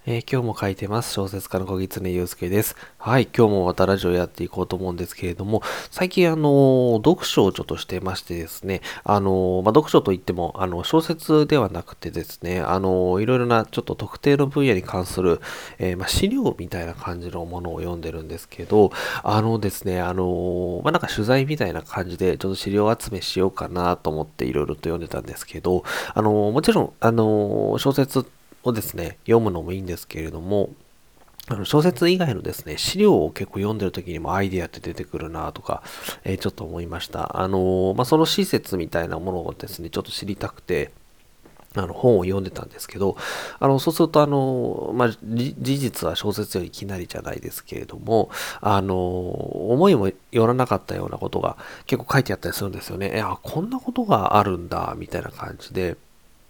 今日も書いてます。小説家の小狐祐介です。はい、今日もまたラジオやっていこうと思うんですけれども、最近読書をちょっとしてましてですね、読書といっても、小説ではなくてですね、いろいろなちょっと特定の分野に関する、資料みたいな感じのものを読んでるんですけど、ですね、なんか取材みたいな感じで、ちょっと資料集めしようかなと思っていろいろと読んでたんですけど、もちろん、小説をですね、読むのもいいんですけれども、小説以外のですね、資料を結構読んでる時にもアイディアって出てくるなとか、ちょっと思いました。その施設みたいなものをですね、ちょっと知りたくて、本を読んでたんですけど、そうすると、事実は小説よりいきなりじゃないですけれども、思いもよらなかったようなことが結構書いてあったりするんですよね。こんなことがあるんだ、みたいな感じで、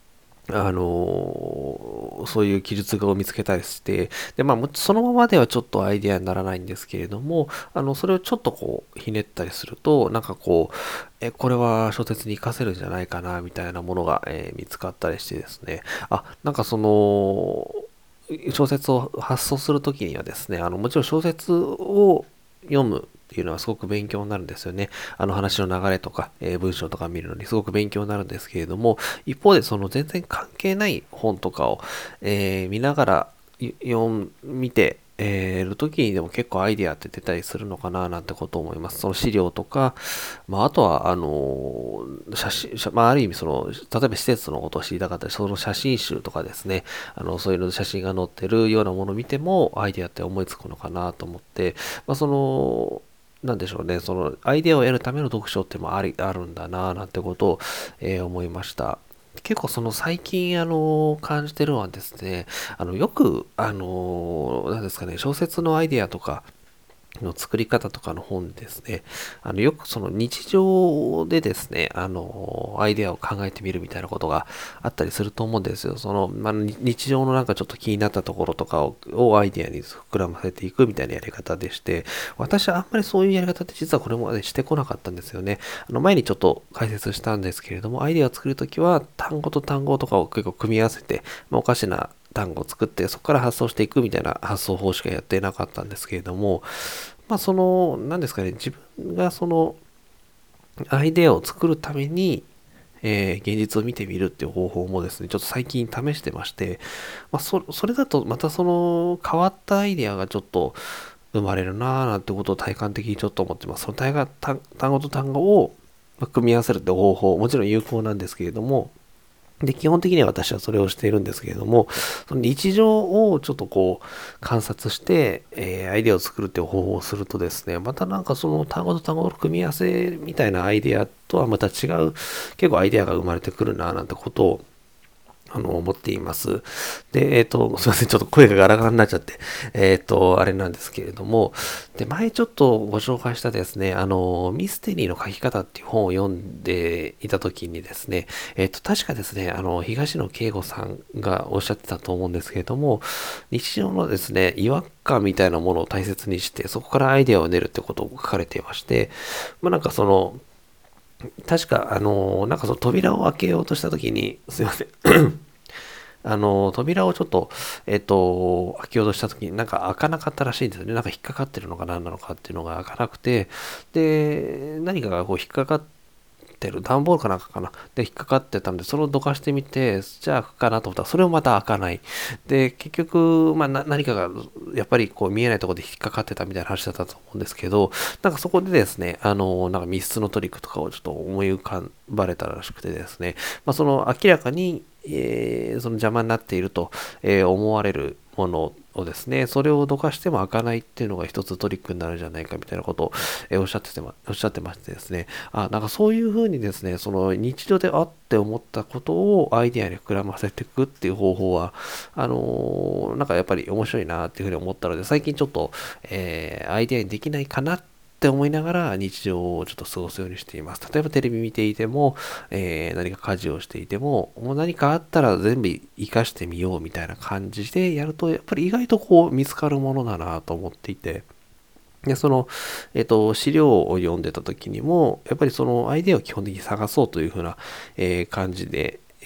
そういう記述を見つけたりして、で、そのままではちょっとアイデアにならないんですけれども、それをちょっとこう、ひねったりすると、なんかこう、これは小説に活かせるんじゃないかな、みたいなものが、見つかったりしてですね、なんかその、小説を発想するときにはですね、もちろん小説を読むっていうのはすごく勉強になるんですよね。話の流れとか、文章とか見るのにすごく勉強になるんですけれども、一方でその全然関係ない本とかを、見ながら見て、る時にでも結構アイディアって出たりするのかななんてことを思います。その資料とか、あとは、写真、ある意味その、例えば施設のことを知りたかったり、その写真集とかですね、そういうの写真が載ってるようなものを見ても、アイディアって思いつくのかなと思って、その、なんでしょうね、そのアイデアを得るための読書ってもあるんだななんてことを、思いました。結構その最近感じてるのはですね、よくなんですかね、小説のアイデアとか、の作り方とかの本ですね。よくその日常でですね、アイデアを考えてみるみたいなことがあったりすると思うんですよ。日常のなんかちょっと気になったところとかをアイデアに膨らませていくみたいなやり方でして、私はあんまりそういうやり方って実はこれまでしてこなかったんですよね。前にちょっと解説したんですけれども、アイデアを作るときは単語と単語とかを結構組み合わせて、おかしな単語を作って、そこから発想していくみたいな発想法しかやってなかったんですけれども、何ですかね、自分がそのアイデアを作るために、現実を見てみるっていう方法もですね、ちょっと最近試してまして、それだとまたその変わったアイデアがちょっと生まれるなぁなんてことを体感的にちょっと思ってます。その単語と単語を組み合わせるって方法、もちろん有効なんですけれども、で、基本的には私はそれをしているんですけれども、その日常をちょっとこう観察して、アイデアを作るっていう方法をするとですね、またなんかその単語と単語の組み合わせみたいなアイデアとはまた違う、結構アイデアが生まれてくるなぁなんてことを思っています。で、すいません、ちょっと声がガラガラになっちゃって、あれなんですけれども、で、前ちょっとご紹介したですね、ミステリーの書き方っていう本を読んでいた時にですね、確かですね、東野圭吾さんがおっしゃってたと思うんですけれども、日常のですね、違和感みたいなものを大切にして、そこからアイデアを練るってことを書かれていまして、なんかその、確か、なんかその扉を開けようとした時に、すいません、扉をちょっと、開けようとした時になんか開かなかったらしいんですよね。なんか引っかかってるのか何なのかっていうのが開かなくて、で、何かがこう引っかかってる、段ボールかなんかかな。で、引っかかってたんで、それをどかしてみて、じゃあ開くかなと思ったら、それをまた開かない。で、結局、何かが、やっぱりこう見えないところで引っかかってたみたいな話だったと思うんですけど、なんかそこでですね、なんか密室のトリックとかをちょっと思い浮かばれたらしくてですね、その明らかに、その邪魔になっていると、思われるものをですね、それをどかしても開かないっていうのが一つトリックになるんじゃないかみたいなことを、おっしゃってましてですね、なんかそういうふうにですね、その日常でって思ったことをアイデアに膨らませていくっていう方法は、なんかやっぱり面白いなっていうふうに思ったので、最近ちょっと、アイデアにできないかなって思いながら日常をちょっと過ごすようにしています。例えばテレビ見ていても、何か家事をしていても、もう何かあったら全部活かしてみようみたいな感じでやると、やっぱり意外とこう見つかるものだなと思っていて、で、その、資料を読んでた時にも、やっぱりそのアイデアを基本的に探そうというふうな、感じで、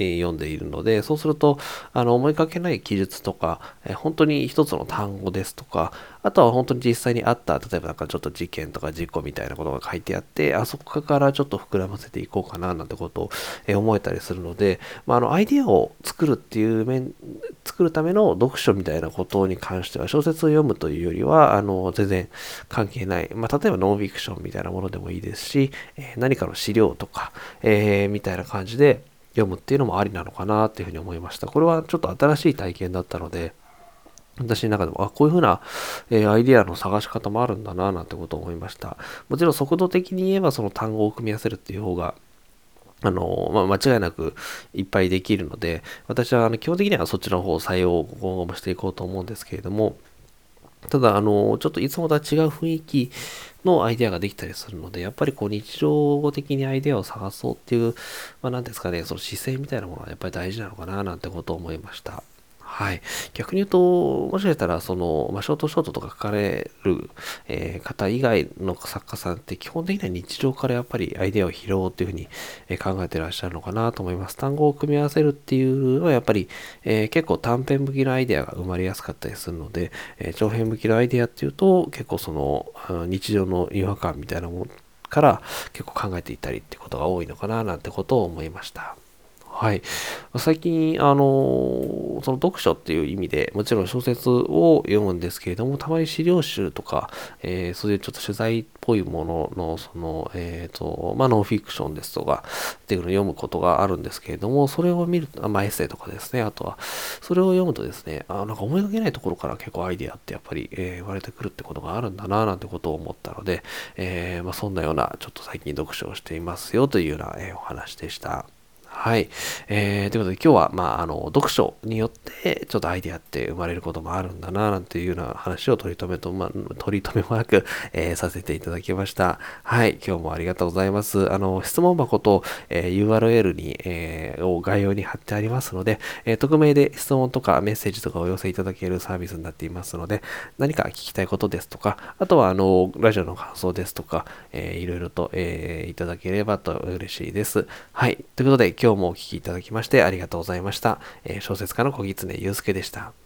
読んでいるので、そうすると、思いかけない記述とか、本当に一つの単語ですとか、あとは本当に実際にあった、例えばなんかちょっと事件とか事故みたいなことが書いてあって、そこからちょっと膨らませていこうかななんてことを思えたりするので、アイディアを作るための読書みたいなことに関しては、小説を読むというよりは、全然関係ない。例えばノンフィクションみたいなものでもいいですし、何かの資料とか、みたいな感じで読むっていうのもありなのかなっていうふうに思いました。これはちょっと新しい体験だったので、私の中でも、こういうふうな、アイディアの探し方もあるんだな、なんてことを思いました。もちろん速度的に言えば、その単語を組み合わせるっていう方が、間違いなくいっぱいできるので、私は基本的にはそっちの方を採用今後もしていこうと思うんですけれども、ただ、ちょっといつもとは違う雰囲気のアイデアができたりするので、やっぱりこう日常的にアイデアを探そうっていう、何ですかね、その姿勢みたいなものはやっぱり大事なのかななんてことを思いました。はい。逆に言うと、もしかしたら、ショートショートとか書かれる、方以外の作家さんって基本的には日常からやっぱりアイデアを拾おうっていうふうに、考えてらっしゃるのかなと思います。単語を組み合わせるっていうのはやっぱり、結構短編向きのアイデアが生まれやすかったりするので、長編向きのアイデアっていうと、結構日常の違和感みたいなものから結構考えていったりっていうことが多いのかななんてことを思いました。はい。最近、その読書っていう意味で、もちろん小説を読むんですけれども、たまに資料集とか、そういうちょっと取材っぽいものの、ノンフィクションですとか、っていうのを読むことがあるんですけれども、それを見ると、エッセイとかですね、あとは、それを読むとですね、なんか思いがけないところから結構アイディアってやっぱり、生まれてくるってことがあるんだな、なんてことを思ったので、そんなような、ちょっと最近読書をしていますよというような、お話でした。はい。ということで今日は、読書によってちょっとアイデアって生まれることもあるんだな、なんていうような話を取り留めもなく、させていただきました。はい。今日もありがとうございます。質問箱と、URL に、を概要に貼ってありますので、匿名で質問とかメッセージとかお寄せいただけるサービスになっていますので、何か聞きたいことですとか、あとは、ラジオの感想ですとか、いろいろと、いただければと嬉しいです。はい。ということで、今日もお聞きいただきましてありがとうございました。小説家の小狐祐介でした。